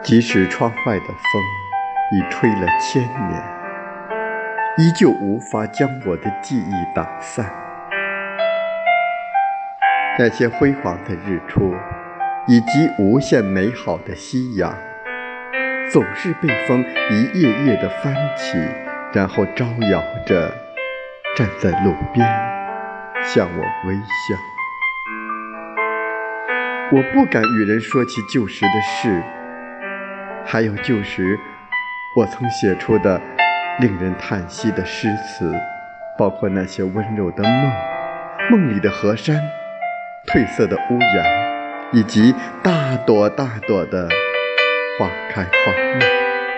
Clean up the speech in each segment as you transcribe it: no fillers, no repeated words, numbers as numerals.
即使窗外的风已吹了1000年，依旧无法将我的记忆打散。那些辉煌的日出，以及无限美好的夕阳，总是被风一页页地翻起，然后招摇着站在路边，向我微笑。我不敢与人说起旧时的事，还有旧时我曾写出的令人叹息的诗词，包括那些温柔的梦，梦里的河山，褪色的屋檐，以及大朵大朵的花开花落。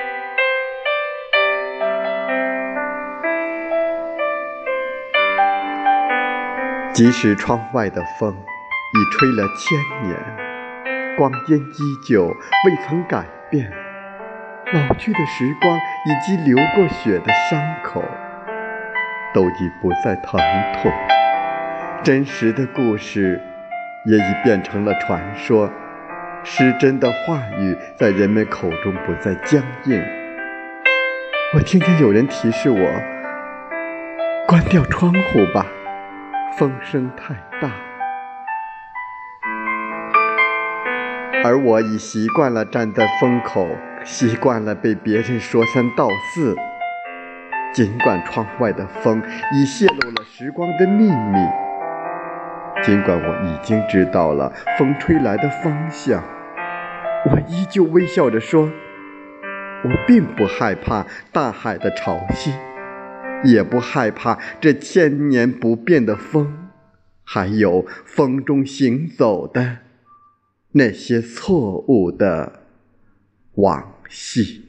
即使窗外的风已吹了1000年，光阴依旧未曾改变，老去的时光以及流过血的伤口都已不再疼痛，真实的故事也已变成了传说，失真的话语在人们口中不再僵硬。我听见有人提示我，关掉窗户吧，风声太大。而我已习惯了站在风口，习惯了被别人说三道四。尽管窗外的风已泄露了时光的秘密，尽管我已经知道了风吹来的方向，我依旧微笑着说，我并不害怕大海的潮汐，也不害怕这1000年不变的风，还有风中行走的那些错误的往昔。